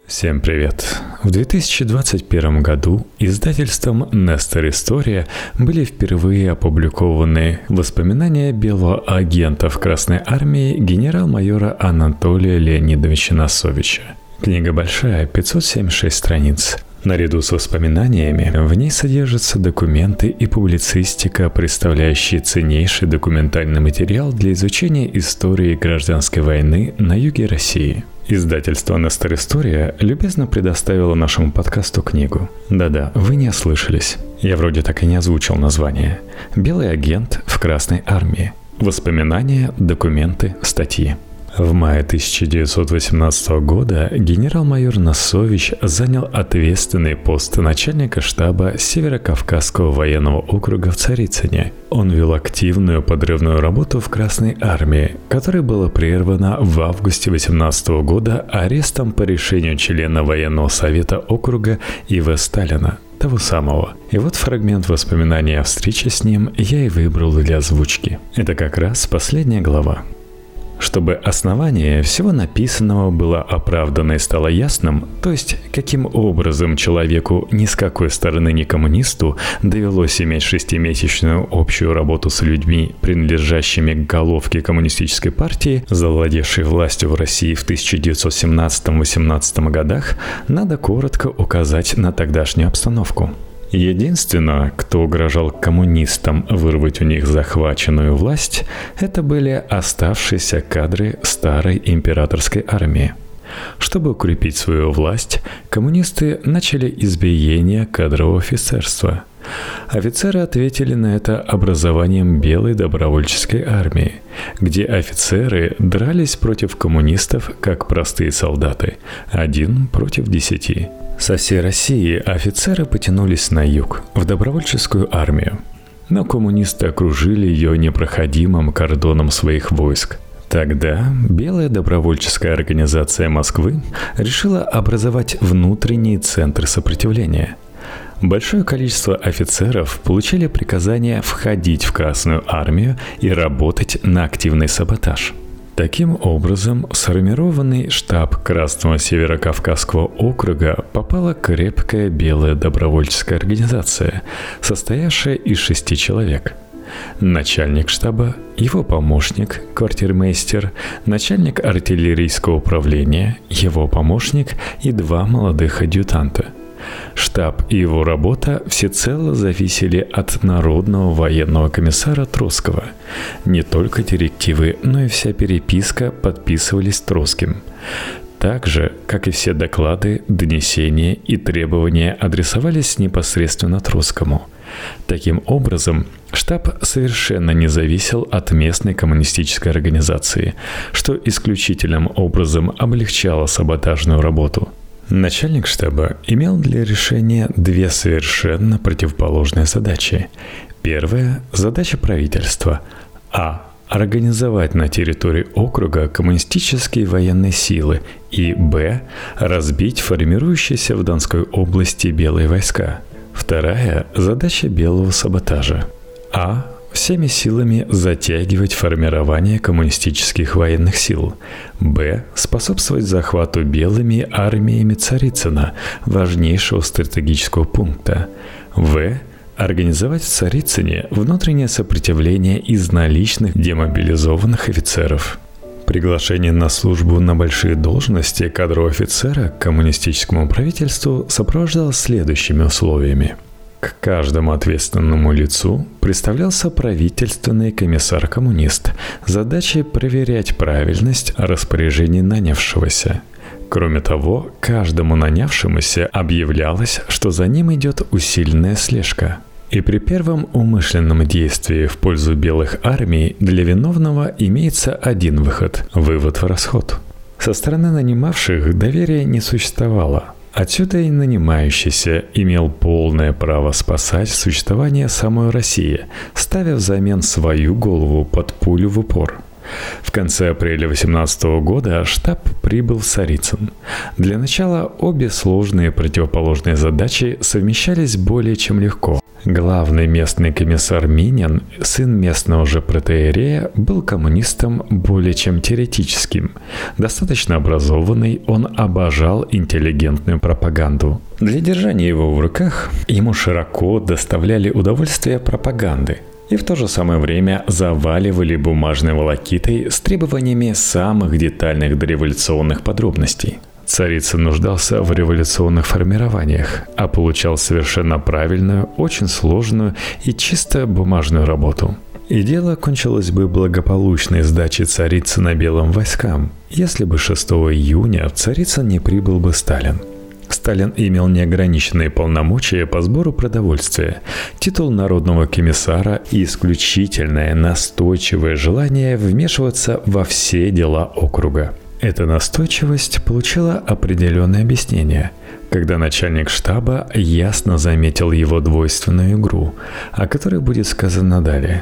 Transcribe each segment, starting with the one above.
Всем привет! В 2021 году издательством Nestor История были впервые опубликованы воспоминания белого агента в Красной армии генерал-майора Анатолия Леонидовича Носовича. Книга большая, 576 страниц. Наряду с воспоминаниями в ней содержатся документы и публицистика, представляющие ценнейший документальный материал для изучения истории гражданской войны на юге России. Издательство Nestor История любезно предоставило нашему подкасту книгу. Да-да, вы не ослышались. Я вроде так и не озвучил название. «Белый агент в Красной армии. Воспоминания, документы, статьи». В мае 1918 года генерал-майор Носович занял ответственный пост начальника штаба Северокавказского военного округа в Царицыне. Он вел активную подрывную работу в Красной армии, которая была прервана в августе 18 года арестом по решению члена военного совета округа И.В. Сталина. Того самого. И вот фрагмент воспоминаний о встрече с ним я и выбрал для озвучки. Это как раз последняя глава. Чтобы основание всего написанного было оправдано и стало ясным, то есть каким образом человеку ни с какой стороны ни коммунисту довелось иметь 6-месячную общую работу с людьми, принадлежащими к головке коммунистической партии, завладевшей властью в России в 1917-18 годах, надо коротко указать на тогдашнюю обстановку. Единственное, кто угрожал коммунистам вырвать у них захваченную власть, это были оставшиеся кадры старой императорской армии. Чтобы укрепить свою власть, коммунисты начали избиение кадрового офицерства. Офицеры ответили на это образованием Белой добровольческой армии, где офицеры дрались против коммунистов как простые солдаты, 1 против 10. Со всей России офицеры потянулись на юг, в добровольческую армию. Но коммунисты окружили ее непроходимым кордоном своих войск. Тогда Белая добровольческая организация Москвы решила образовать внутренний центр сопротивления. Большое количество офицеров получили приказание входить в Красную армию и работать на активный саботаж. Таким образом, в сформированный штаб Красного Северокавказского округа попала крепкая белая добровольческая организация, состоявшая из 6 человек. Начальник штаба, его помощник, квартирмейстер, начальник артиллерийского управления, его помощник и 2 молодых адъютанта. Штаб и его работа всецело зависели от Народного военного комиссара Троцкого. Не только директивы, но и вся переписка подписывались Троцким. Так же, как и все доклады, донесения и требования адресовались непосредственно Троцкому. Таким образом, штаб совершенно не зависел от местной коммунистической организации, что исключительным образом облегчало саботажную работу. Начальник штаба имел для решения 2 совершенно противоположные задачи. Первая – задача правительства. Организовать на территории округа коммунистические военные силы. И разбить формирующиеся в Донской области белые войска. Вторая – задача белого саботажа. Всеми силами затягивать формирование коммунистических военных сил. Способствовать захвату белыми армиями Царицына, важнейшего стратегического пункта. Организовать в Царицыне внутреннее сопротивление из наличных демобилизованных офицеров. Приглашение на службу на большие должности кадрового офицера к коммунистическому правительству сопровождалось следующими условиями. К каждому ответственному лицу представлялся правительственный комиссар-коммунист с задачей проверять правильность распоряжений нанявшегося. Кроме того, каждому нанявшемуся объявлялось, что за ним идет усиленная слежка. И при первом умышленном действии в пользу белых армий для виновного имеется один выход – вывод в расход. Со стороны нанимавших доверия не существовало. Отсюда и нанимающийся имел полное право спасать существование самой России, ставя взамен свою голову под пулю в упор. В конце апреля 18 года штаб прибыл в Царицын. Для начала обе сложные противоположные задачи совмещались более чем легко. Главный местный комиссар Минин, сын местного же протоиерея, был коммунистом более чем теоретическим. Достаточно образованный, он обожал интеллигентную пропаганду. Для держания его в руках ему широко доставляли удовольствие пропаганды и в то же самое время заваливали бумажной волокитой с требованиями самых детальных дореволюционных подробностей. Царицын нуждался в революционных формированиях, а получал совершенно правильную, очень сложную и чисто бумажную работу. И дело кончилось бы благополучной сдачей Царицына белым войскам, если бы 6 июня в Царицын не прибыл бы Сталин. Сталин имел неограниченные полномочия по сбору продовольствия, титул народного комиссара и исключительное настойчивое желание вмешиваться во все дела округа. Эта настойчивость получила определенное объяснение, когда начальник штаба ясно заметил его двойственную игру, о которой будет сказано далее.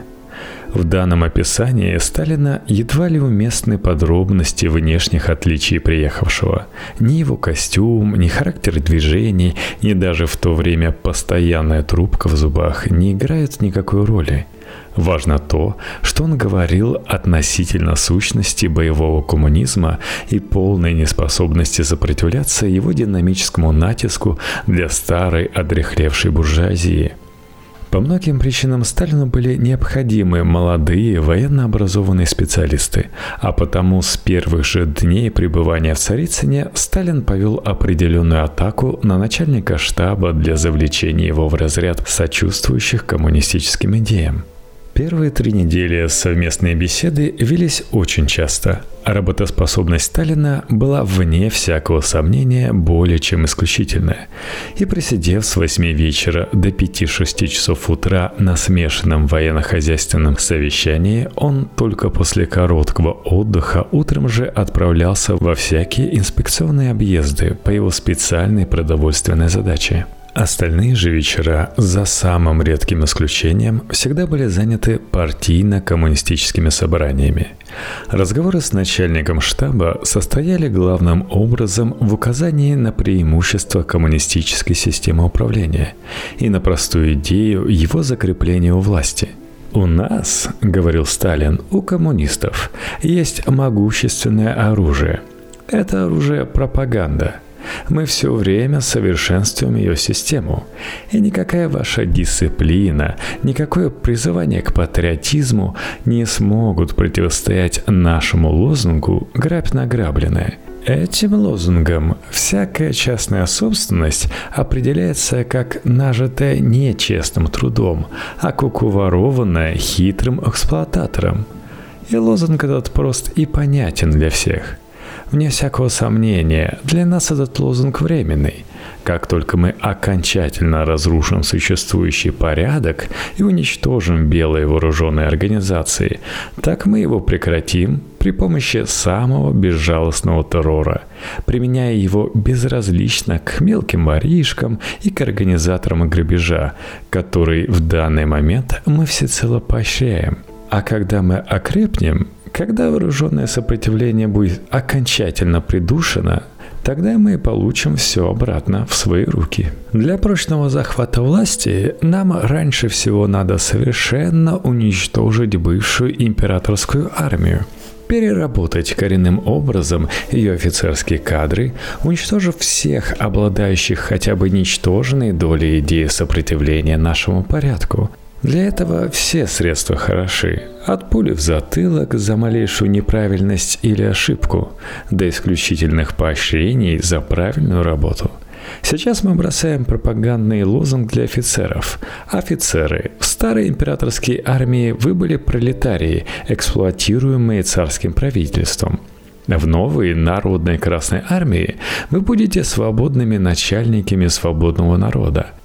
В данном описании Сталина едва ли уместны подробности внешних отличий приехавшего. Ни его костюм, ни характер движений, ни даже в то время постоянная трубка в зубах не играют никакой роли. Важно то, что он говорил относительно сущности боевого коммунизма и полной неспособности сопротивляться его динамическому натиску для старой одряхлевшей буржуазии. По многим причинам Сталину были необходимы молодые военно-образованные специалисты, а потому с первых же дней пребывания в Царицыне Сталин повел определенную атаку на начальника штаба для завлечения его в разряд сочувствующих коммунистическим идеям. Первые 3 недели совместные беседы велись очень часто, а работоспособность Сталина была, вне всякого сомнения, более чем исключительная. И просидев с 8 вечера до 5-6 часов утра на смешанном военно-хозяйственном совещании, он только после короткого отдыха утром же отправлялся во всякие инспекционные объезды по его специальной продовольственной задаче. Остальные же вечера, за самым редким исключением, всегда были заняты партийно-коммунистическими собраниями. Разговоры с начальником штаба состояли главным образом в указании на преимущества коммунистической системы управления и на простую идею его закрепления у власти. «У нас, — говорил Сталин, — у коммунистов есть могущественное оружие. Это оружие пропаганда. Мы все время совершенствуем ее систему, и никакая ваша дисциплина, никакое призывание к патриотизму не смогут противостоять нашему лозунгу «грабь награбленное». Этим лозунгом всякая частная собственность определяется как нажитая нечестным трудом, а как уворованная хитрым эксплуататором. И лозунг этот прост и понятен для всех. Вне всякого сомнения, для нас этот лозунг временный. Как только мы окончательно разрушим существующий порядок и уничтожим белые вооруженные организации, так мы его прекратим при помощи самого безжалостного террора, применяя его безразлично к мелким воришкам и к организаторам грабежа, который в данный момент мы всецело поощряем. А когда мы окрепнем, когда вооруженное сопротивление будет окончательно придушено, тогда мы получим все обратно в свои руки. Для прочного захвата власти нам раньше всего надо совершенно уничтожить бывшую императорскую армию, переработать коренным образом ее офицерские кадры, уничтожив всех обладающих хотя бы ничтожной долей идеи сопротивления нашему порядку. Для этого все средства хороши, от пули в затылок за малейшую неправильность или ошибку, до исключительных поощрений за правильную работу. Сейчас мы бросаем пропагандный лозунг для офицеров. Офицеры, в старой императорской армии вы были пролетарии, эксплуатируемые царским правительством. В новой народной Красной армии вы будете свободными начальниками свободного народа.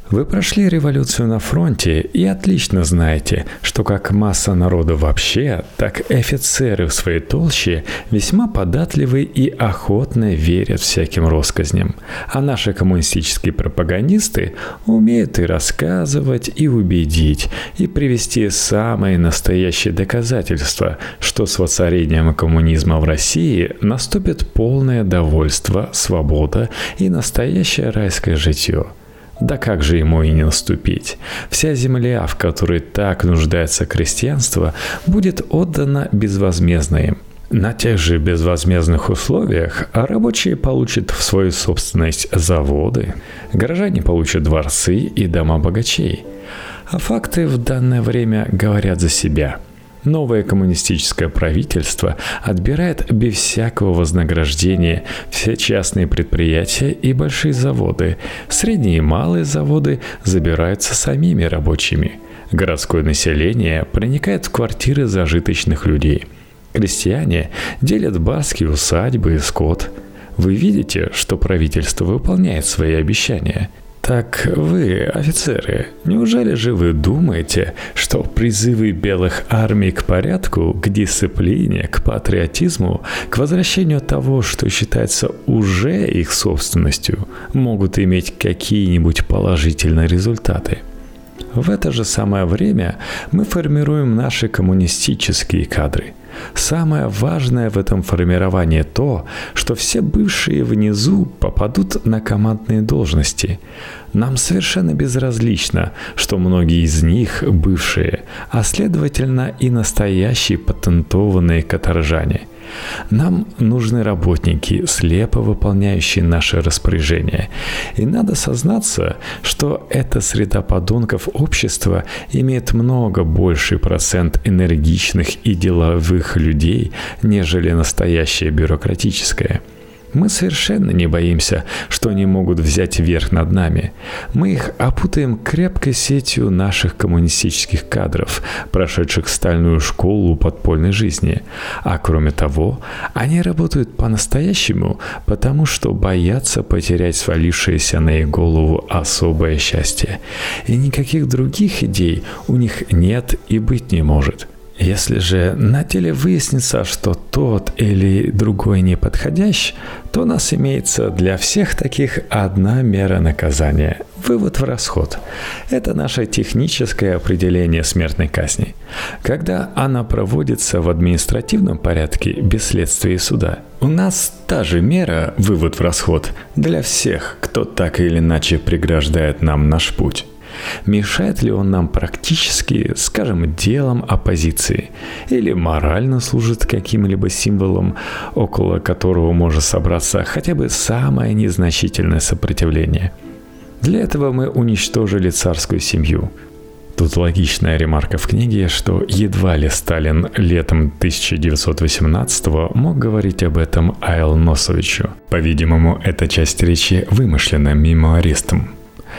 Вы прошли революцию на фронте и отлично знаете, что как масса народа вообще, так и офицеры в своей толще весьма податливы и охотно верят всяким россказням. А наши коммунистические пропагандисты умеют и рассказывать, и убедить, и привести самые настоящие доказательства, что с воцарением коммунизма в России наступит полное довольство, свобода и настоящее райское житье. Да как же ему и не наступить? Вся земля, в которой так нуждается крестьянство, будет отдана безвозмездно им. На тех же безвозмездных условиях рабочие получат в свою собственность заводы, горожане получат дворцы и дома богачей. А факты в данное время говорят за себя. Новое коммунистическое правительство отбирает без всякого вознаграждения все частные предприятия и большие заводы. Средние и малые заводы забираются самими рабочими. Городское население проникает в квартиры зажиточных людей. Крестьяне делят барские усадьбы и скот. Вы видите, что правительство выполняет свои обещания. Так вы, офицеры, неужели же вы думаете, что призывы белых армий к порядку, к дисциплине, к патриотизму, к возвращению того, что считается уже их собственностью, могут иметь какие-нибудь положительные результаты? В это же самое время мы формируем наши коммунистические кадры. Самое важное в этом формировании то, что все бывшие внизу попадут на командные должности. Нам совершенно безразлично, что многие из них бывшие, а следовательно и настоящие патентованные каторжане. Нам нужны работники, слепо выполняющие наши распоряжения. И надо сознаться, что эта среда подонков общества имеет много больший процент энергичных и деловых людей, нежели настоящее бюрократическое. Мы совершенно не боимся, что они могут взять верх над нами. Мы их опутаем крепкой сетью наших коммунистических кадров, прошедших стальную школу подпольной жизни. А кроме того, они работают по-настоящему, потому что боятся потерять свалившееся на их голову особое счастье. И никаких других идей у них нет и быть не может. Если же на деле выяснится, что тот или другой не подходящ, то у нас имеется для всех таких одна мера наказания – вывод в расход. Это наше техническое определение смертной казни. Когда она проводится в административном порядке без следствия и суда, у нас та же мера – вывод в расход для всех, кто так или иначе преграждает нам наш путь. Мешает ли он нам практически, скажем, делом оппозиции, или морально служит каким-либо символом, около которого может собраться хотя бы самое незначительное сопротивление? Для этого мы уничтожили царскую семью. Тут логичная ремарка в книге, что едва ли Сталин летом 1918-го мог говорить об этом А.Л. Носовичу. По-видимому, эта часть речи вымышлена мемуаристом.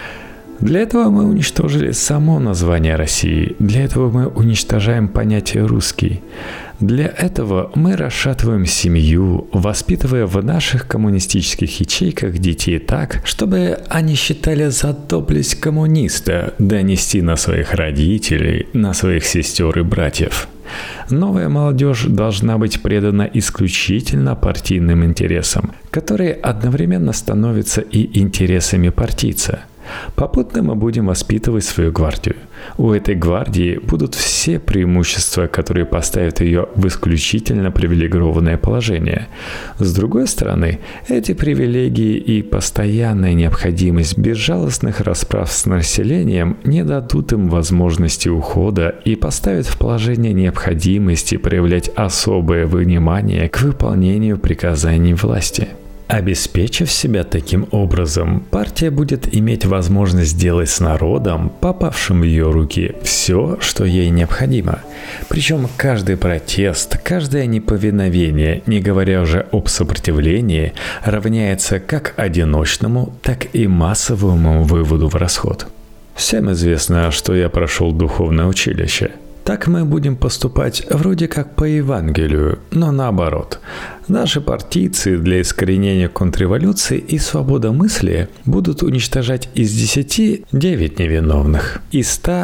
Для этого мы уничтожили само название России. Для этого мы уничтожаем понятие «русский». Для этого мы расшатываем семью, воспитывая в наших коммунистических ячейках детей так, чтобы они считали за доблесть коммуниста донести на своих родителей, на своих сестер и братьев. Новая молодежь должна быть предана исключительно партийным интересам, которые одновременно становятся и интересами партийца. Попутно мы будем воспитывать свою гвардию. У этой гвардии будут все преимущества, которые поставят ее в исключительно привилегированное положение. С другой стороны, эти привилегии и постоянная необходимость безжалостных расправ с населением не дадут им возможности ухода и поставят в положение необходимости проявлять особое внимание к выполнению приказаний власти. Обеспечив себя таким образом, партия будет иметь возможность сделать с народом, попавшим в ее руки, все, что ей необходимо. Причем каждый протест, каждое неповиновение, не говоря уже об сопротивлении, равняется как одиночному, так и массовому выводу в расход. Всем известно, что я прошел духовное училище. Так мы будем поступать вроде как по Евангелию, но наоборот. Наши партийцы для искоренения контрреволюции и свободомыслия будут уничтожать из 10 9 невиновных, из 100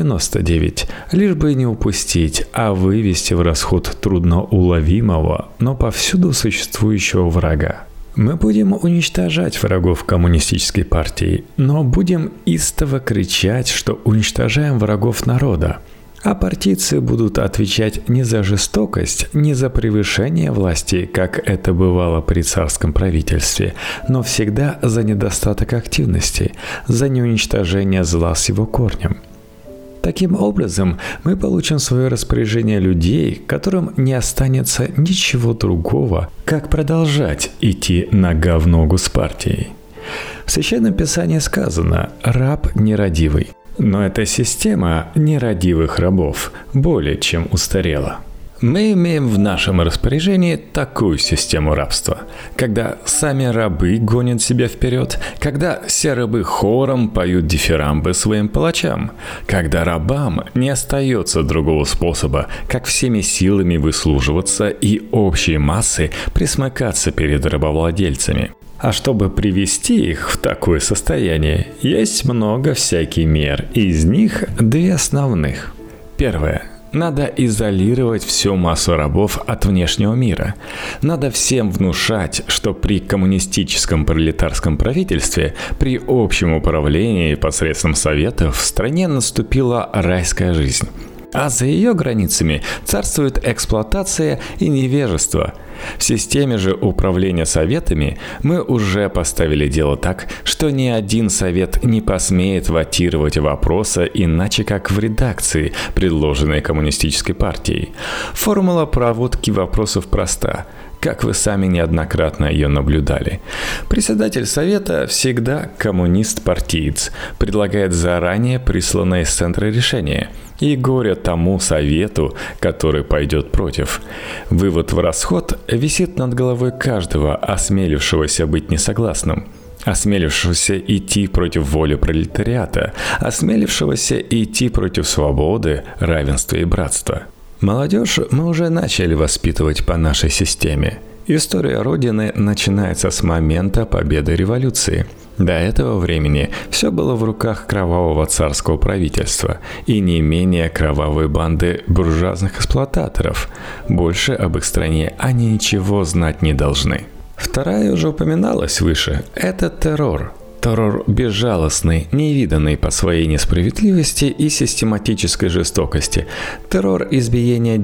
99, лишь бы не упустить, а вывести в расход трудноуловимого, но повсюду существующего врага. Мы будем уничтожать врагов коммунистической партии, но будем истово кричать, что уничтожаем врагов народа. А партийцы будут отвечать не за жестокость, не за превышение власти, как это бывало при царском правительстве, но всегда за недостаток активности, за неуничтожение зла с его корнем. Таким образом, мы получим в свое распоряжение людей, которым не останется ничего другого, как продолжать идти нога в ногу с партией. В Священном Писании сказано «раб нерадивый». Но эта система нерадивых рабов более чем устарела. Мы имеем в нашем распоряжении такую систему рабства, когда сами рабы гонят себя вперед, когда все рабы хором поют дифирамбы своим палачам, когда рабам не остается другого способа, как всеми силами выслуживаться и общей массы присмыкаться перед рабовладельцами. А чтобы привести их в такое состояние, есть много всяких мер, из них 2 основных. Первое. Надо изолировать всю массу рабов от внешнего мира. Надо всем внушать, что при коммунистическом пролетарском правительстве, при общем управлении посредством советов в стране наступила райская жизнь. А за ее границами царствует эксплуатация и невежество. В системе же управления советами мы уже поставили дело так, что ни один совет не посмеет ватировать вопросы иначе как в редакции, предложенной коммунистической партией. Формула проводки вопросов проста, как вы сами неоднократно ее наблюдали. Председатель совета всегда коммунист-партиец, предлагает заранее присланное из центра решение. И горе тому совету, который пойдет против. Вывод в расход висит над головой каждого, осмелившегося быть несогласным, осмелившегося идти против воли пролетариата, осмелившегося идти против свободы, равенства и братства. Молодежь мы уже начали воспитывать по нашей системе. История Родины начинается с момента победы революции. До этого времени все было в руках кровавого царского правительства и не менее кровавой банды буржуазных эксплуататоров. Больше об их стране они ничего знать не должны. Вторая уже упоминалась выше – это террор. Террор безжалостный, невиданный по своей несправедливости и систематической жестокости. Террор избиения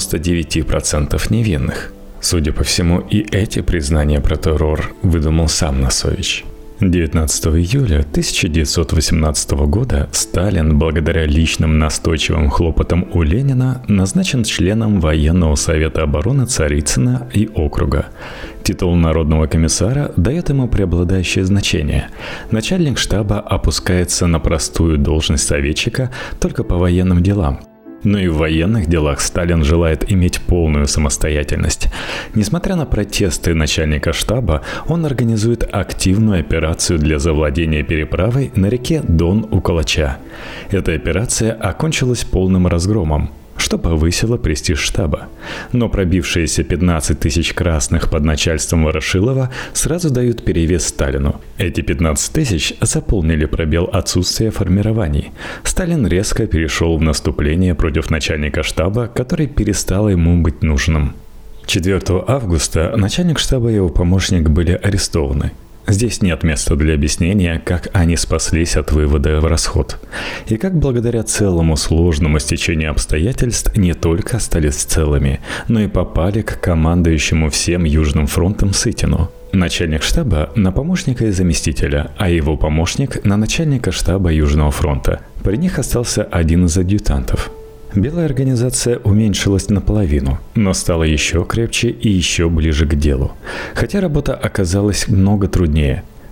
99% невинных. Судя по всему, и эти признания про террор выдумал сам Носович. 19 июля 1918 года Сталин, благодаря личным настойчивым хлопотам у Ленина, назначен членом Военного совета обороны Царицына и округа. Титул народного комиссара дает ему преобладающее значение. Начальник штаба опускается на простую должность советчика только по военным делам. Но и в военных делах Сталин желает иметь полную самостоятельность. Несмотря на протесты начальника штаба, он организует активную операцию для завладения переправой на реке Дон у Калача. Эта операция окончилась полным разгромом, что повысило престиж штаба. Но пробившиеся 15 тысяч красных под начальством Ворошилова сразу дают перевес Сталину. Эти 15 тысяч заполнили пробел отсутствия формирований. Сталин резко перешел в наступление против начальника штаба, который перестал ему быть нужным. 4 августа начальник штаба и его помощник были арестованы. Здесь нет места для объяснения, как они спаслись от вывода в расход. И как благодаря целому сложному стечению обстоятельств не только остались целыми, но и попали к командующему всем Южным фронтом Сытину. Начальник штаба на помощника и заместителя, а его помощник на начальника штаба Южного фронта. При них остался один из адъютантов. Белая организация уменьшилась наполовину, но стала еще крепче и еще ближе к делу. Хотя работа оказалась много труднее.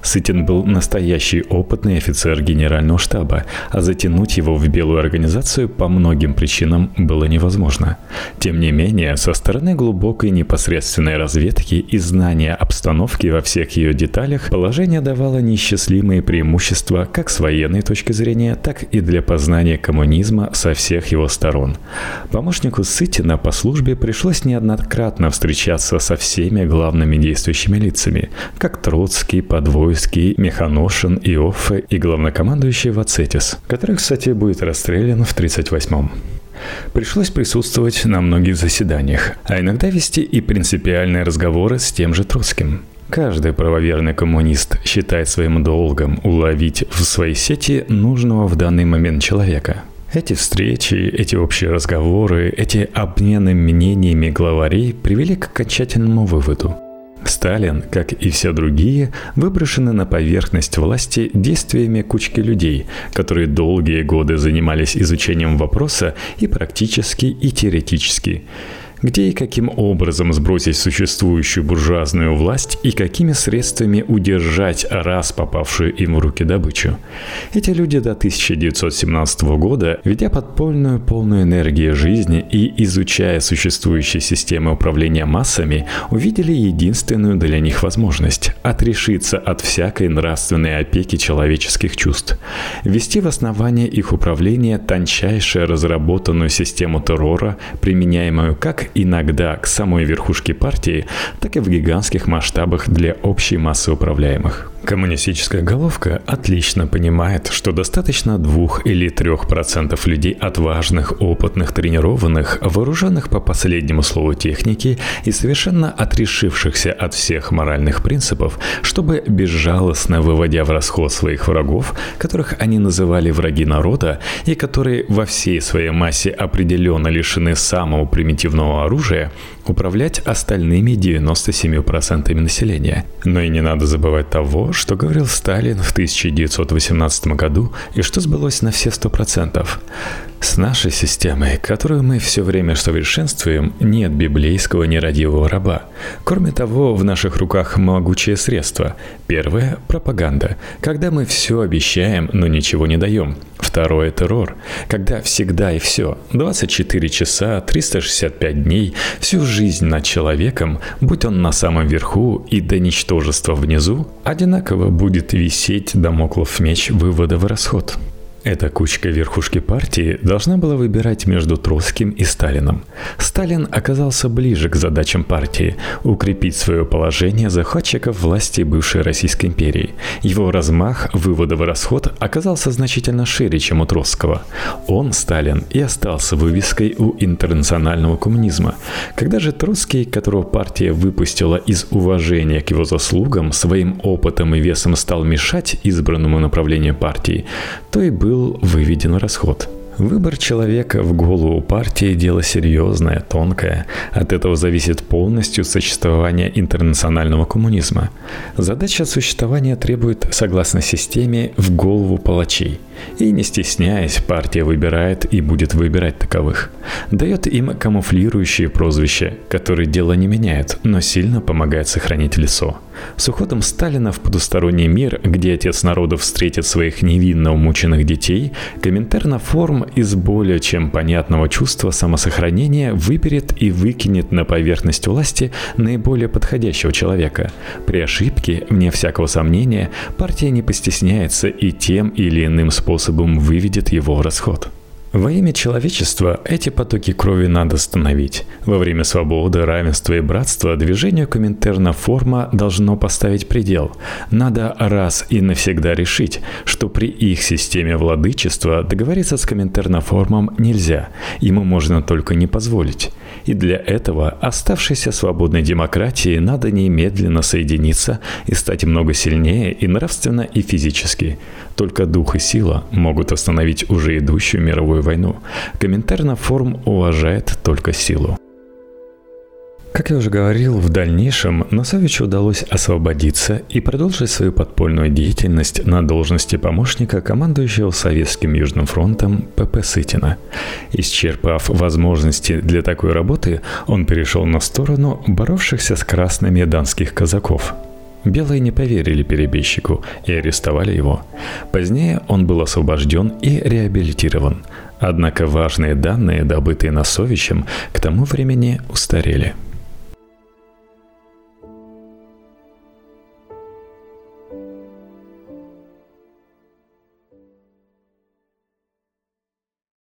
Сытин был настоящий опытный офицер генерального штаба, а затянуть его в белую организацию по многим причинам было невозможно. Тем не менее, со стороны глубокой непосредственной разведки и знания обстановки во всех ее деталях, положение давало неисчислимые преимущества как с военной точки зрения, так и для познания коммунизма со всех его сторон. Помощнику Сытина по службе пришлось неоднократно встречаться со всеми главными действующими лицами, как Троцкий, Подвойский, Механошин, Иоффе и главнокомандующий Вацетис, который, кстати, будет расстрелян в 1938-м. Пришлось присутствовать на многих заседаниях, а иногда вести и принципиальные разговоры с тем же Троцким. Каждый правоверный коммунист считает своим долгом уловить в своей сети нужного в данный момент человека. Эти встречи, эти общие разговоры, эти обмены мнениями главарей привели к окончательному выводу. Сталин, как и все другие, выброшены на поверхность власти действиями кучки людей, которые долгие годы занимались изучением вопроса и практически, и теоретически. Где и каким образом сбросить существующую буржуазную власть и какими средствами удержать раз попавшую им в руки добычу. Эти люди до 1917 года, ведя подпольную полную энергии жизни и изучая существующие системы управления массами, увидели единственную для них возможность – отрешиться от всякой нравственной опеки человеческих чувств, ввести в основание их управления тончайшую разработанную систему террора, применяемую как иногда к самой верхушке партии, так и в гигантских масштабах для общей массы управляемых. Коммунистическая головка отлично понимает, что достаточно 2 или 3% людей отважных, опытных, тренированных, вооруженных по последнему слову техники и совершенно отрешившихся от всех моральных принципов, чтобы, безжалостно выводя в расход своих врагов, которых они называли враги народа и которые во всей своей массе определенно лишены самого примитивного оружия, управлять остальными 97% населения. Но и не надо забывать того, что говорил Сталин в 1918 году и что сбылось на все 100%. С нашей системой, которую мы все время совершенствуем, нет библейского нерадивого раба. Кроме того, в наших руках могучее средство. Первое – пропаганда, когда мы все обещаем, но ничего не даем. Второе – террор, когда всегда и все, 24 часа, 365 дней, всю жизнь над человеком, будь он на самом верху и до ничтожества внизу, одинаково будет висеть дамоклов меч вывода в расход. Эта кучка верхушки партии должна была выбирать между Троцким и Сталином. Сталин оказался ближе к задачам партии – укрепить свое положение захватчиков власти бывшей Российской империи. Его размах вывода в расход оказался значительно шире, чем у Троцкого. Он, Сталин, и остался вывеской у интернационального коммунизма. Когда же Троцкий, которого партия выпустила из уважения к его заслугам, своим опытом и весом стал мешать избранному направлению партии, то и был выведен в расход. Выбор человека в голову партии – дело серьезное, тонкое. От этого зависит полностью существование интернационального коммунизма. Задача существования требует, согласно системе, в голову палачей. И не стесняясь, партия выбирает и будет выбирать таковых. Дает им камуфлирующие прозвища, которые дело не меняют, но сильно помогают сохранить лицо. С уходом Сталина в потусторонний мир, где отец народов встретит своих невинно умученных детей, Коминтерн-форм из более чем понятного чувства самосохранения выберет и выкинет на поверхность власти наиболее подходящего человека. При ошибке, вне всякого сомнения, партия не постесняется и тем или иным способом выведет его в расход. Во имя человечества эти потоки крови надо остановить. Во время свободы, равенства и братства движению Коминтерн-форма должно поставить предел. Надо раз и навсегда решить, что при их системе владычества договориться с Коминтерн-формом нельзя, ему можно только не позволить. И для этого оставшейся свободной демократии надо немедленно соединиться и стать много сильнее и нравственно, и физически. Только дух и сила могут остановить уже идущую мировую войну. Коминтерн-форм уважает только силу. Как я уже говорил, в дальнейшем Носовичу удалось освободиться и продолжить свою подпольную деятельность на должности помощника командующего Советским Южным фронтом П.П. Сытина. Исчерпав возможности для такой работы, он перешел на сторону боровшихся с красными донских казаков. белые не поверили перебежчику и арестовали его. Позднее он был освобожден и реабилитирован. Однако важные данные, добытые Носовичем, к тому времени устарели.